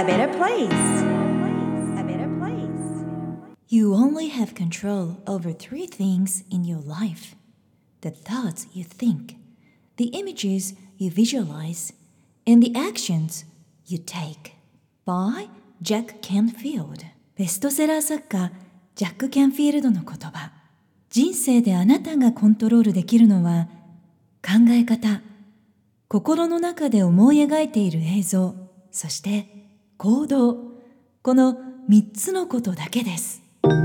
better place. A better place. You only have control over three things in your life: the thoughts you think, the images you visualize, and the actions you take. By Jack Canfield。 ベストセラー作家ジャック・キャンフィールドの言葉。人生であなたがコントロールできるのは、考え方、心の中で思い描いている映像、そして行動、この3つのことだけです。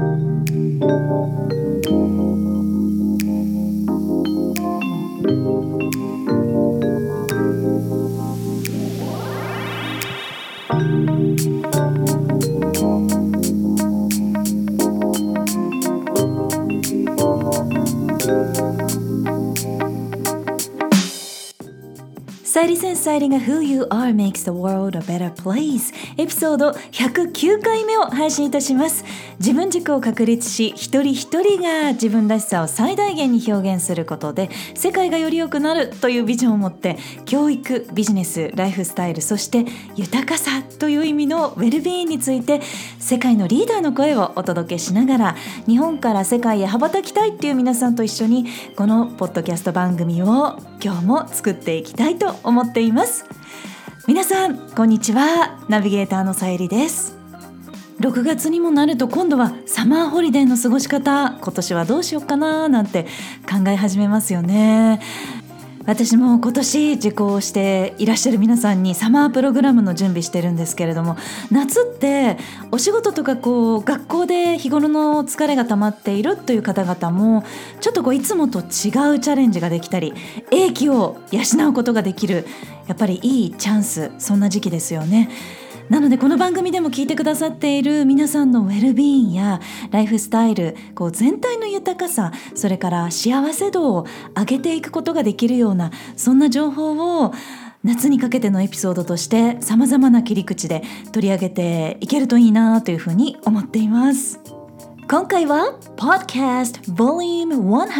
さゆりセンスさゆりが Who You Are Makes the World a Better Place エピソード109回目を配信いたします。自分軸を確立し、一人一人が自分らしさを最大限に表現することで世界がより良くなるというビジョンを持って、教育、ビジネス、ライフスタイル、そして豊かさという意味のウェルビーイングについて世界のリーダーの声をお届けしながら、日本から世界へ羽ばたきたいっていう皆さんと一緒にこのポッドキャスト番組を今日も作っていきたいと思っています。皆さんこんにちは。ナビゲーターのさゆりです。6月にもなると今度はサマーホリデーの過ごし方、今年はどうしようかななんて考え始めますよね。私も今年受講していらっしゃる皆さんにサマープログラムの準備してるんですけれども、夏ってお仕事とか学校で日頃の疲れが溜まっているという方々もちょっといつもと違うチャレンジができたり、英気を養うことができる、やっぱりいいチャンス、そんな時期ですよね。なのでこの番組でも聞いてくださっている皆さんのウェルビーイングやライフスタイル、全体の豊かさ、それから幸せ度を上げていくことができるような、そんな情報を夏にかけてのエピソードとして様々な切り口で取り上げていけるといいなというふうに思っています。今回は Podcast Volume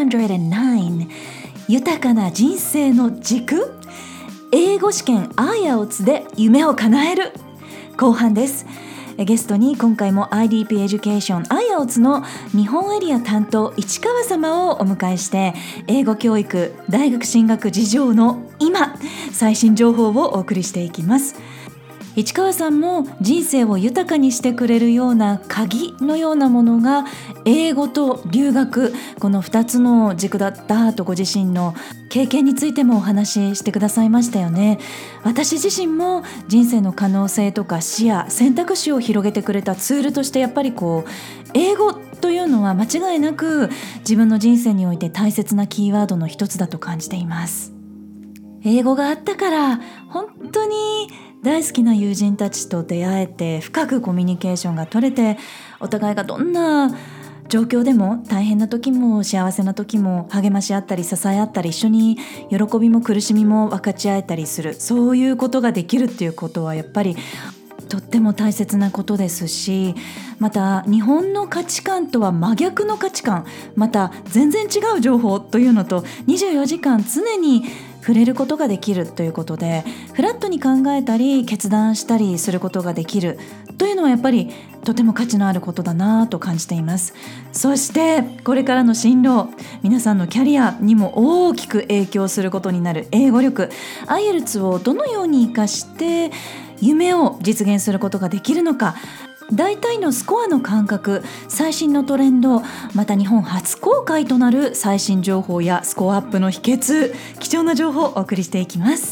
109、豊かな人生の軸、英語試験 IELTS で夢を叶える後半です。ゲストに今回も IDP エデュケーション IELTS の日本エリア担当市川様をお迎えして、英語教育、大学進学事情の今、最新情報をお送りしていきます。市川さんも人生を豊かにしてくれるような鍵のようなものが英語と留学、この2つの軸だったとご自身の経験についてもお話ししてくださいましたよね。私自身も人生の可能性とか視野、選択肢を広げてくれたツールとして、やっぱり英語というのは間違いなく自分の人生において大切なキーワードの一つだと感じています。英語があったから本当に大好きな友人たちと出会えて、深くコミュニケーションが取れて、お互いがどんな状況でも、大変な時も幸せな時も励まし合ったり支え合ったり、一緒に喜びも苦しみも分かち合えたりする、そういうことができるっていうことはやっぱりとっても大切なことですし、また日本の価値観とは真逆の価値観、また全然違う情報というのと24時間常に触れることができるということで、フラットに考えたり決断したりすることができるというのはやっぱりとても価値のあることだなと感じています。そしてこれからの進路、皆さんのキャリアにも大きく影響することになる英語力、 IELTS をどのように活かして夢を実現することができるのか、大体のスコアの感覚、最新のトレンド、また日本初公開となる最新情報やスコアアップの秘訣、貴重な情報をお送りしていきます。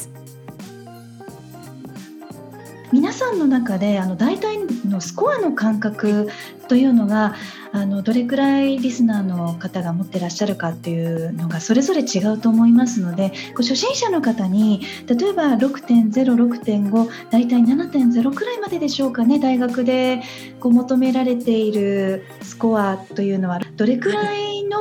皆さんの中で大体のスコアの感覚というのがどれくらいリスナーの方が持ってらっしゃるかっていうのがそれぞれ違うと思いますので、初心者の方に例えば 6.0、6.5、大体 7.0 くらいまででしょうかね、大学で求められているスコアというのはどれくらいの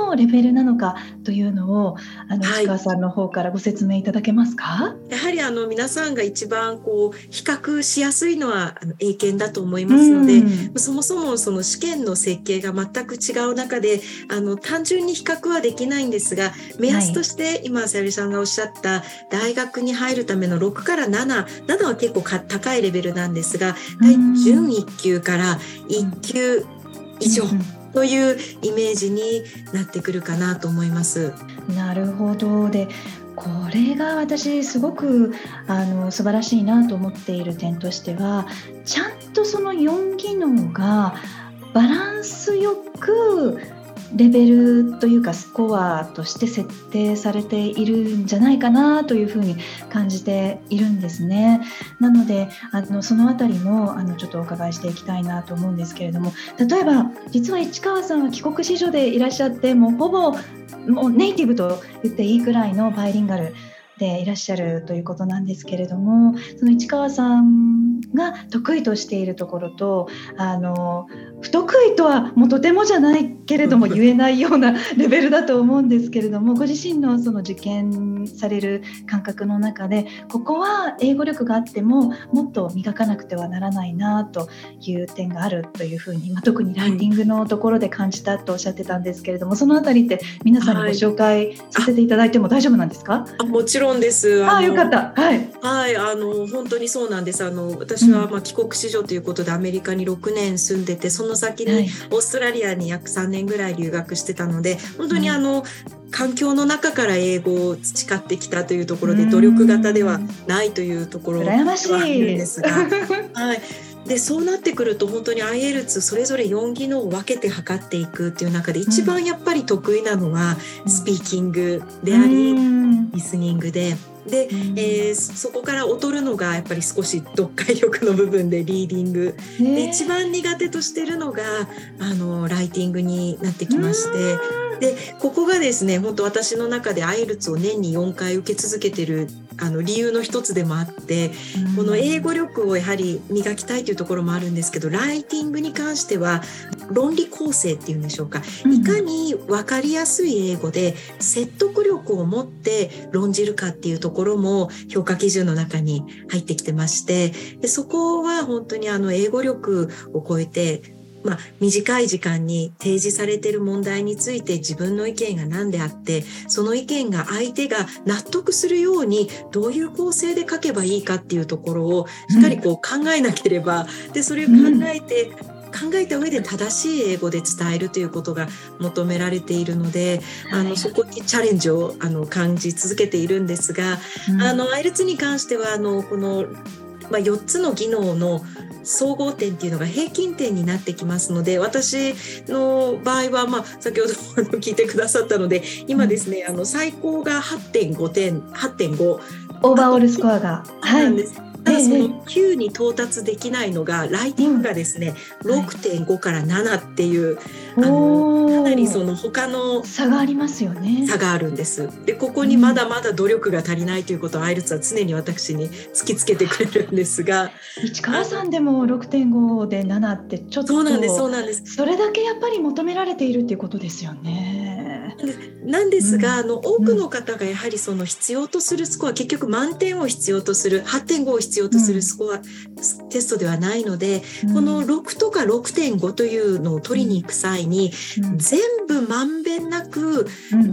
のレベルなのかというのをはい、 市川さんの方からご説明いただけますか？ やはり皆さんが一番比較しやすいのは英検だと思いうますので、 ん。 そもそもその試験の設計が全く違う中で単純に比較はできないんですが、目安として今さゆりさんがおっしゃった大学に入るための6から7は結構高いレベルなんですが、準1級から1級以上というイメージになってくるかなと思います。 なるほど。で、これが私すごく素晴らしいなと思っている点としては、ちゃんとその4技能がバランスよくレベルというかスコアとして設定されているんじゃないかなというふうに感じているんですね。なのでそのあたりもちょっとお伺いしていきたいなと思うんですけれども、例えば実は市川さんは帰国子女でいらっしゃって、もうほぼもうネイティブと言っていいくらいのバイリンガルでいらっしゃるということなんですけれども、その市川さんが得意としているところと不得意とはもうとてもじゃないけれども言えないようなレベルだと思うんですけれども、ご自身のその受験される感覚の中で、ここは英語力があってももっと磨かなくてはならないなという点があるというふうに、特にライティングのところで感じたとおっしゃってたんですけれども、そのあたりって皆さんにご紹介させていただいても大丈夫なんですか？ もちろんです。 よかった。はい。 はい、本当にそうなんです。私は帰国子女ということでアメリカに6年住んでて、その先にオーストラリアに約3年ぐらい留学してたので、本当に環境の中から英語を培ってきたというところで、努力型ではないというところではあるんですが、はい。でそうなってくると本当に IELTS それぞれ4技能を分けて測っていくっていう中で、一番やっぱり得意なのはスピーキングであり、リスニングで、そこから劣るのがやっぱり少し読解力の部分でリーディングで、一番苦手としているのがライティングになってきまして、でここがですね、本当私の中で IELTS を年に4回受け続けている理由の一つでもあって、この英語力をやはり磨きたいというところもあるんですけど、ライティングに関しては論理構成っていうんでしょうか、いかに分かりやすい英語で説得力を持って論じるかっていうところも評価基準の中に入ってきてまして、でそこは本当に英語力を超えて、短い時間に提示されている問題について自分の意見が何であって、その意見が相手が納得するようにどういう構成で書けばいいかっていうところをしっかり考えなければ、でそれを考えた上で正しい英語で伝えるということが求められているので、そこにチャレンジを感じ続けているんですが、IELTS に関してはこの、4つの技能の総合点っていうのが平均点になってきますので、私の場合は、先ほど聞いてくださったので、今ですね、最高が 8.5 点、8.5 オーバーオールスコアがなんです。ただその9に到達できないのが、ライティングがですね、6.5 から7っていう、かなりその他の差がありますよね。 差があるんです。でここにまだまだ努力が足りないということをIELTSは常に私に突きつけてくれるんですが、 市川さんでも 6.5 で7ってちょっとそうなんです。 それだけやっぱり求められているっていうことですよね。 なんですが、多くの方がやはりその必要とするスコア、結局満点を必要とする 8.5 を必要とするスコア、テストではないので、この6とか 6.5 というのを取りに行く際に、全部まんべんなく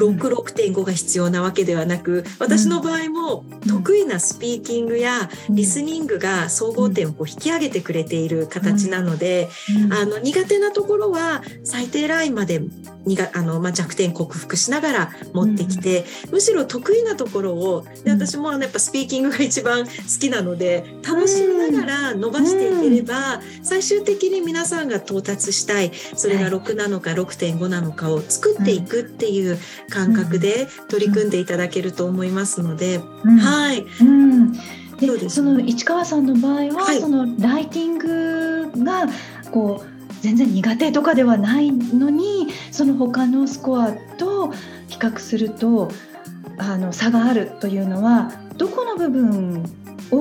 6.5 が必要なわけではなく、私の場合も得意なスピーキングやリスニングが総合点を引き上げてくれている形なので、苦手なところは最低ラインまで弱点克服しながら持ってきて、むしろ得意なところを、で私もやっぱスピーキングが一番好きなので、楽しみながら伸ばしていければ、最終的に皆さんが到達したい、それが6なのか 6.5 なのかを作っていくっていう感覚で取り組んでいただけると思いますので、はい。 でその市川さんの場合は、そのライティングが全然苦手とかではないのに、その他のスコアと比較すると差があるというのは、どこの部分を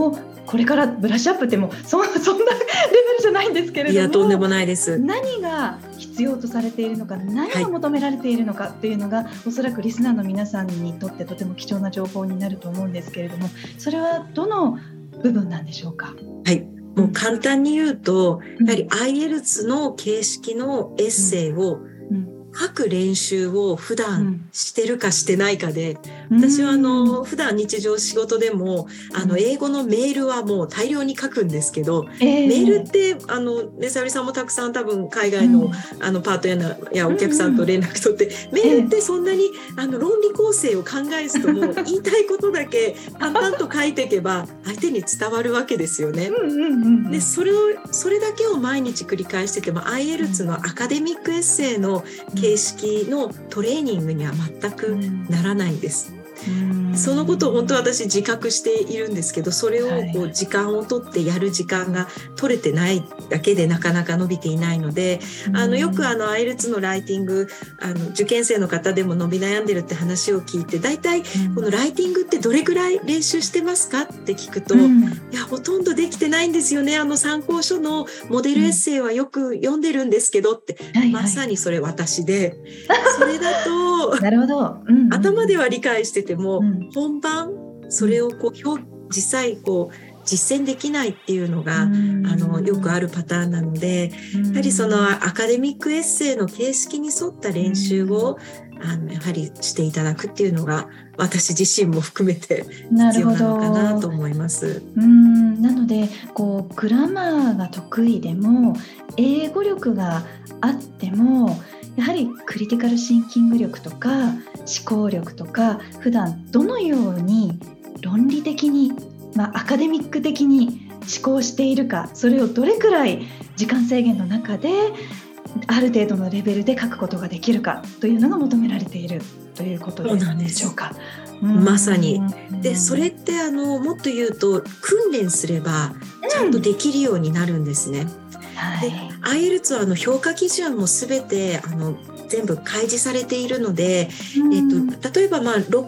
これからブラッシュアップってもそんなレベルじゃないんですけれども、 いやとんでもないです。 何が必要とされているのか、何が求められているのかっていうのが、おそらくリスナーの皆さんにとってとても貴重な情報になると思うんですけれども、それはどの部分なんでしょうか？ はい、もう簡単に言うと、やはり IELTS の形式のエッセイを書く練習を普段してるかしてないかで、私は普段日常仕事でも英語のメールはもう大量に書くんですけど、メールってね、さゆりさんもたくさん多分海外のパートナーやお客さんと連絡取って、メールってそんなに論理構成を考えずとも言いたいことだけパンパンと書いていけば相手に伝わるわけですよね。でそれだけを毎日繰り返してても IELTS のアカデミックエッセイの形式のトレーニングには全くならないんです。そのことを本当は私自覚しているんですけど、それをこう時間を取ってやる時間が取れてないだけでなかなか伸びていないので、よくIELTS のライティング受験生の方でも伸び悩んでるって話を聞いて、だいたいこのライティングってどれくらい練習してますかって聞くと、いやほとんどできてないんですよね、参考書のモデルエッセイはよく読んでるんですけどって、まさにそれ私で、それだとなるほど、 頭では理解してても、本番それをこう実際こう実践できないっていうのがよくあるパターンなので、やはりそのアカデミックエッセイの形式に沿った練習をやはりしていただくっていうのが私自身も含めて必要なのかなと思います。 なのでこうグラマーが得意でも英語力があっても、やはりクリティカルシンキング力とか思考力とか、普段どのように論理的に、アカデミック的に思考しているか、それをどれくらい時間制限の中である程度のレベルで書くことができるかというのが求められているということでしょうか？ まさに。でそれってもっと言うと訓練すればちゃんとできるようになるんですね。で IELTS は評価基準もすべて全部開示されているので、例えば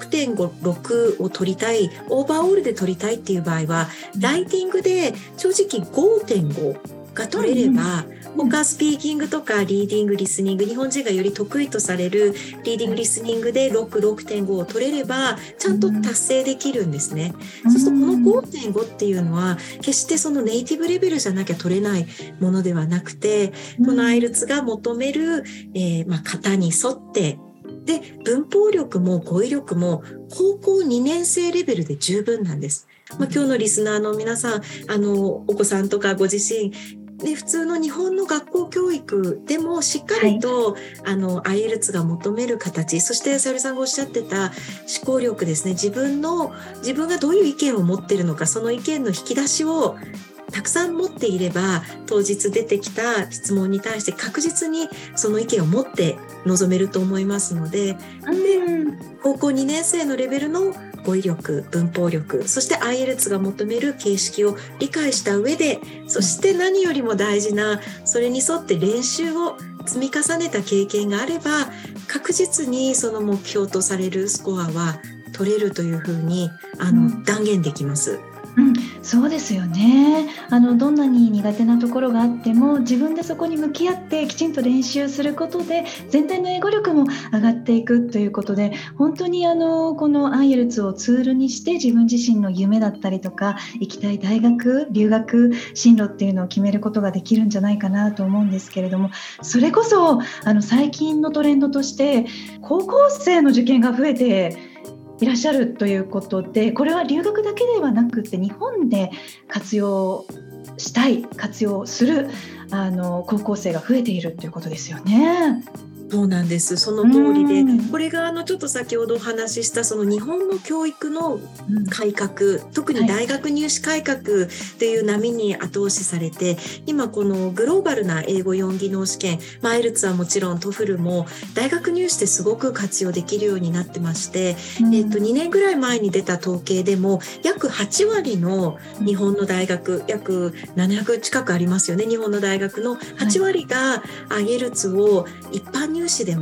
6.56 を取りたい、オーバーオールで取りたいっていう場合は、ライティングで正直 5.5 が取れれば、他スピーキングとかリーディングリスニング、日本人がより得意とされるリーディングリスニングで6.5 を取れればちゃんと達成できるんですね。そうするとこの 5.5 っていうのは決してそのネイティブレベルじゃなきゃ取れないものではなくて、この IELTS が求める、型に沿ってで文法力も語彙力も高校2年生レベルで十分なんです。今日のリスナーの皆さんお子さんとかご自身で普通の日本の学校教育でもしっかりと、IELTS が求める形、そしてさゆりさんがおっしゃってた思考力ですね。自分がどういう意見を持っているのか、その意見の引き出しをたくさん持っていれば、当日出てきた質問に対して確実にその意見を持って臨めると思いますので、高校2年生のレベルの語彙力、文法力、そして IELTS が求める形式を理解した上で、そして何よりも大事な、それに沿って練習を積み重ねた経験があれば、確実にその目標とされるスコアは取れるというふうに断言できます。 そうですよね。どんなに苦手なところがあっても自分でそこに向き合ってきちんと練習することで全体の英語力も上がっていくということで、本当にこの IELTS をツールにして自分自身の夢だったりとか行きたい大学、留学進路っていうのを決めることができるんじゃないかなと思うんですけれども、それこそ最近のトレンドとして高校生の受験が増えていらっしゃるということで、これは留学だけではなくて日本で活用する高校生が増えているということですよね。 そうなんです。その通りで、これがちょっと先ほどお話ししたその日本の教育の改革、特に大学入試改革っていう波に後押しされて、今このグローバルな英語4技能試験、IELTS はもちろん TOEFL も大学入試ですごく活用できるようになってまして、2年ぐらい前に出た統計でも約8割の日本の大学、約700近くありますよね。日本の大学の8割が IELTS を一般入試でも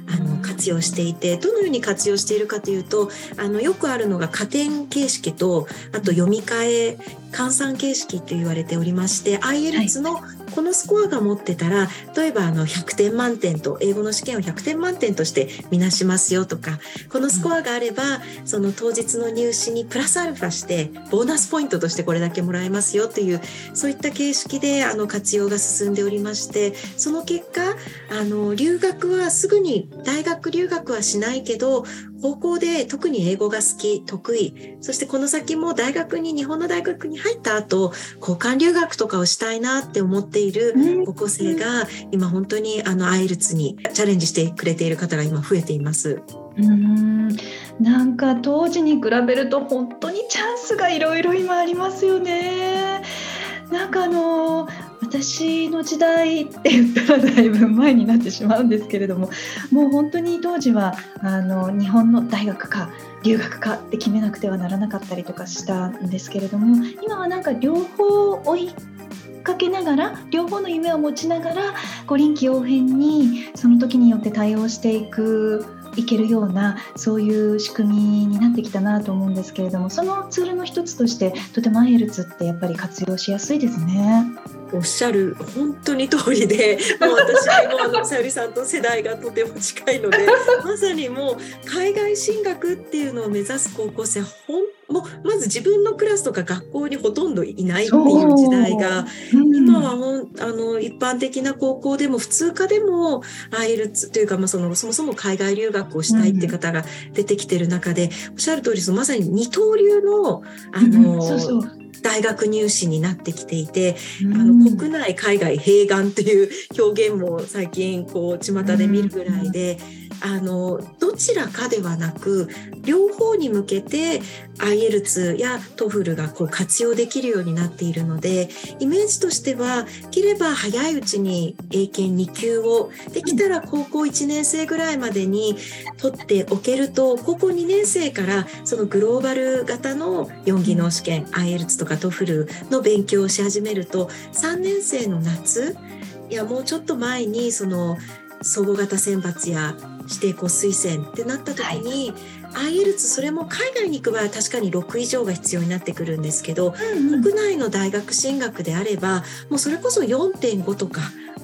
活用していて、どのように活用しているかというと、よくあるのが加点形式と、あと読み替え換算形式と言われておりまして、IELTS のこのスコアが持ってたら、例えば100点満点と、英語の試験を100点満点としてみなしますよとか、このスコアがあれば、その当日の入試にプラスアルファしてボーナスポイントとしてこれだけもらえますよという、そういった形式で活用が進んでおりまして、その結果留学はすぐに大学留学はしないけど、高校で特に英語が好き、得意、そしてこの先も日本の大学に入った後、交換留学とかをしたいなって思っている高校生が今本当にIELTS にチャレンジしてくれている方が今増えています。 なんか当時に比べると本当にチャンスがいろいろ今ありますよね。なんか私の時代って言ったらだいぶ前になってしまうんですけれども、もう本当に当時は日本の大学か留学かって決めなくてはならなかったりとかしたんですけれども、今はなんか両方追いかけながら、両方の夢を持ちながら臨機応変にその時によって対応していけるような、そういう仕組みになってきたなと思うんですけれども、そのツールの一つとしてとてもIELTSってやっぱり活用しやすいですね。 おっしゃる本当に通りで、もう私もさゆりさんと世代がとても近いのでまさにもう海外進学っていうのを目指す高校生もうまず自分のクラスとか学校にほとんどいないっていう時代が、今は一般的な高校でも普通科でもIELTSというか、そもそも海外留学をしたいっていう方が出てきている中で、おっしゃる通りまさに二刀流の大学入試になってきていて、国内海外併願という表現も最近巷で見るぐらいで、どちらかではなく両方に向けて IELTS や TOEFL が活用できるようになっているので、イメージとしてはできれば早いうちに英検2級をできたら高校1年生ぐらいまでに取っておけると、高校2年生からそのグローバル型の4技能試験 IELTS とか TOEFL の勉強をし始めると、3年生の夏、もうちょっと前にその総合型選抜や指定校推薦ってなった時に、IELTS それも海外に行く場合は確かに6以上が必要になってくるんですけど、国内の大学進学であればもうそれこそ 4.5 とか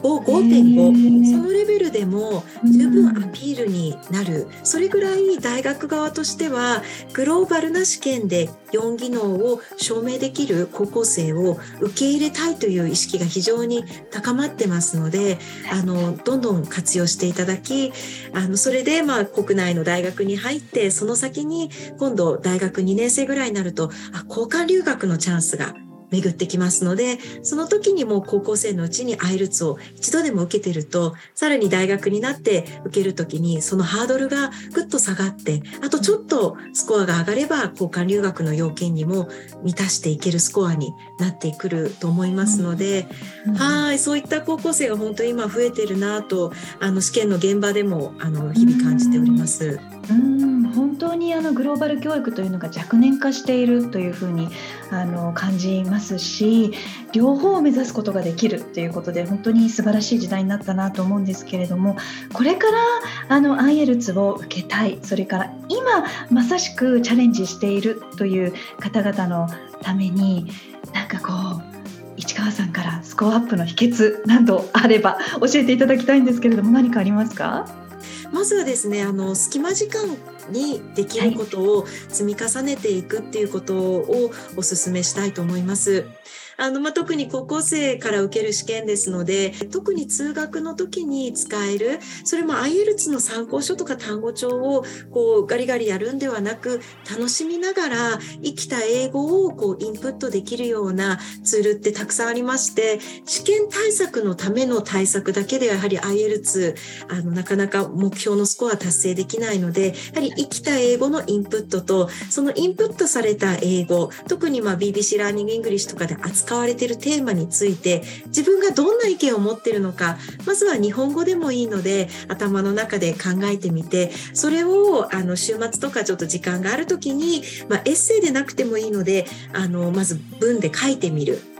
5.5 そのレベルでも十分アピールになる。それぐらい大学側としてはグローバルな試験で4技能を証明できる高校生を受け入れたいという意識が非常に高まってますので、どんどん活用していただき、それで国内の大学に入って、その先に今度大学2年生ぐらいになると交換留学のチャンスが巡ってきますので、その時にも高校生のうちに IELTS を一度でも受けてると、さらに大学になって受ける時にそのハードルがぐっと下がって、あとちょっとスコアが上がれば交換留学の要件にも満たしていけるスコアになってくると思いますので、そういった高校生が本当に今増えてるなと、試験の現場でも日々感じております。 本当にグローバル教育というのが若年化しているというふうに感じますし、両方を目指すことができるということで本当に素晴らしい時代になったなと思うんですけれども、これからIELTS を受けたい、それから今まさしくチャレンジしているという方々のために、なんか市川さんからスコアアップの秘訣などあれば教えていただきたいんですけれども、何かありますか？ まずはですね、隙間時間にできることを積み重ねていくっていうことをお勧めしたいと思います。特に高校生から受ける試験ですので、特に通学の時に使える、それも IELTS の参考書とか単語帳をガリガリやるんではなく、楽しみながら生きた英語をインプットできるようなツールってたくさんありまして、試験対策のための対策だけではやはり IELTS なかなか目標のスコア達成できないので、やはり生きた英語のインプットと、そのインプットされた英語、特にBBC ラーニングイングリッシュとかで扱われているテーマについて自分がどんな意見を持っているのか、まずは日本語でもいいので頭の中で考えてみて、それを週末とかちょっと時間がある時に、エッセイでなくてもいいのでまず文で書いてみる。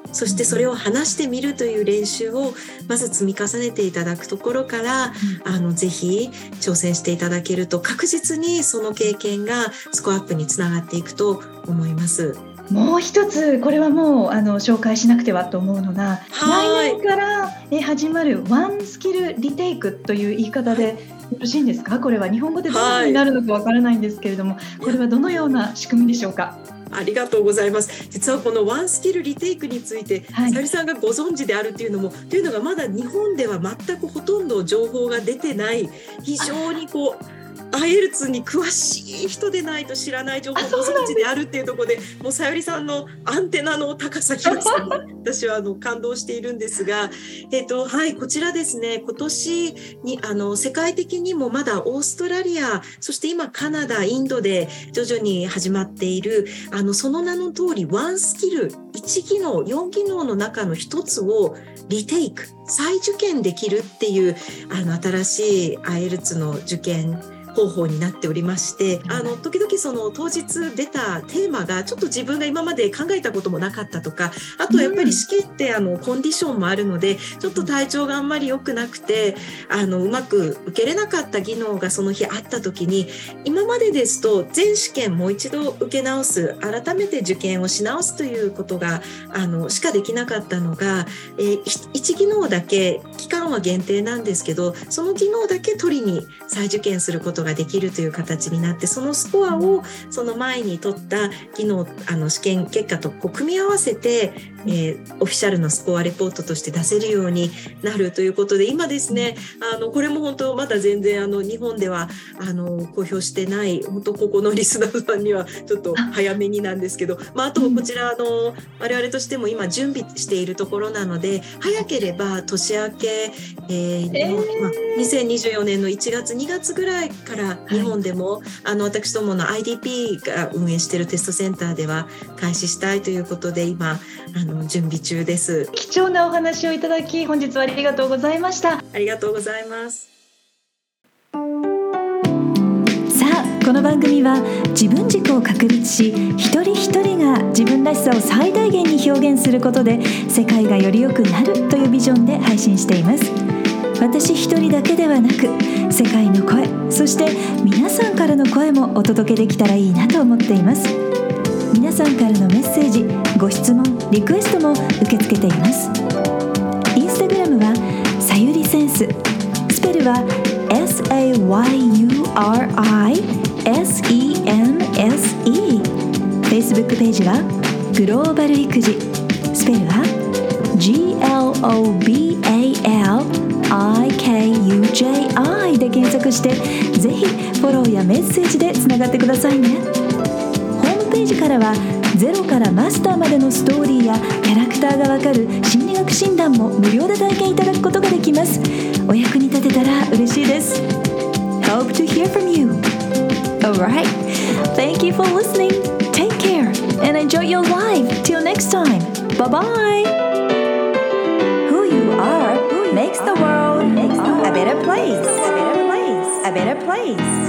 そしてそれを話してみるという練習をまず積み重ねていただくところから、ぜひ挑戦していただけると確実にその経験がスコアアップにつながっていくと思います。 もう一つこれはもう紹介しなくてはと思うのが、来年から始まるワンスキルリテイクという言い方でよろしいんですか？これは日本語でどうになるのかわからないんですけれども、これはどのような仕組みでしょうか？ ありがとうございます。実はこのワンスキルリテイクについて、さゆりさんがご存知であるというのがまだ日本では全くほとんど情報が出てない、非常にIELTS に詳しい人でないと知らない情報をご存知であるっていうところで、もうさゆりさんのアンテナの高さに私は感動しているんですが、こちらですね、今年に世界的にもまだオーストラリア、そして今カナダ、インドで徐々に始まっているその名の通りワンスキル、1技能、4技能の中の一つをリテイク、再受験できるっていう新しい IELTS の受験方法になっておりまして、時々その当日出たテーマがちょっと自分が今まで考えたこともなかったとか、あとやっぱり試験ってコンディションもあるので、ちょっと体調があんまり良くなくてうまく受けれなかった技能がその日あった時に、今までですと全試験もう一度受け直す、改めて受験をし直すということがしかできなかったのが、1技能だけ期間は限定なんですけど、その技能だけ取りに再受験することができるという形になって、そのスコアをその前に取った技能試験結果と組み合わせて、オフィシャルのスコアレポートとして出せるようになるということで、今ですね、これも本当まだ全然日本では公表してない、本当ここのリスナーさんにはちょっと早めになんですけど、あとこちら我々としても今準備しているところなので、早ければ年明け、2024年の1月2月ぐらいから日本でも、私どもの IDP が運営しているテストセンターでは開始したいということで、今準備中です。 貴重なお話をいただき、本日はありがとうございました。 ありがとうございます。 さあ、この番組は自分軸を確立し、一人一人が自分らしさを最大限に表現することで世界がより良くなるというビジョンで配信しています。私一人だけではなく、世界の声、そして皆さんからの声もお届けできたらいいなと思っています。皆さんからのメッセージ、ご質問、リクエストも受け付けています。インスタグラムはさゆりセンス、スペルは SAYURISENSE。 Facebook ページはグローバル育児、スペルは GLOBALIKUJI で検索して、ぜひフォローやメッセージでつながってくださいね。ホームページからはゼロからマスターまでのストーリーやキャラクターがわかる心理学診断も無料で体験いただくことができます。お役に立てたら嬉しいです。 Hope to hear from you. Alright, thank you for listening. Take care and enjoy your life. Till next time. Bye bye. Who you are makes the world a better place. A better place.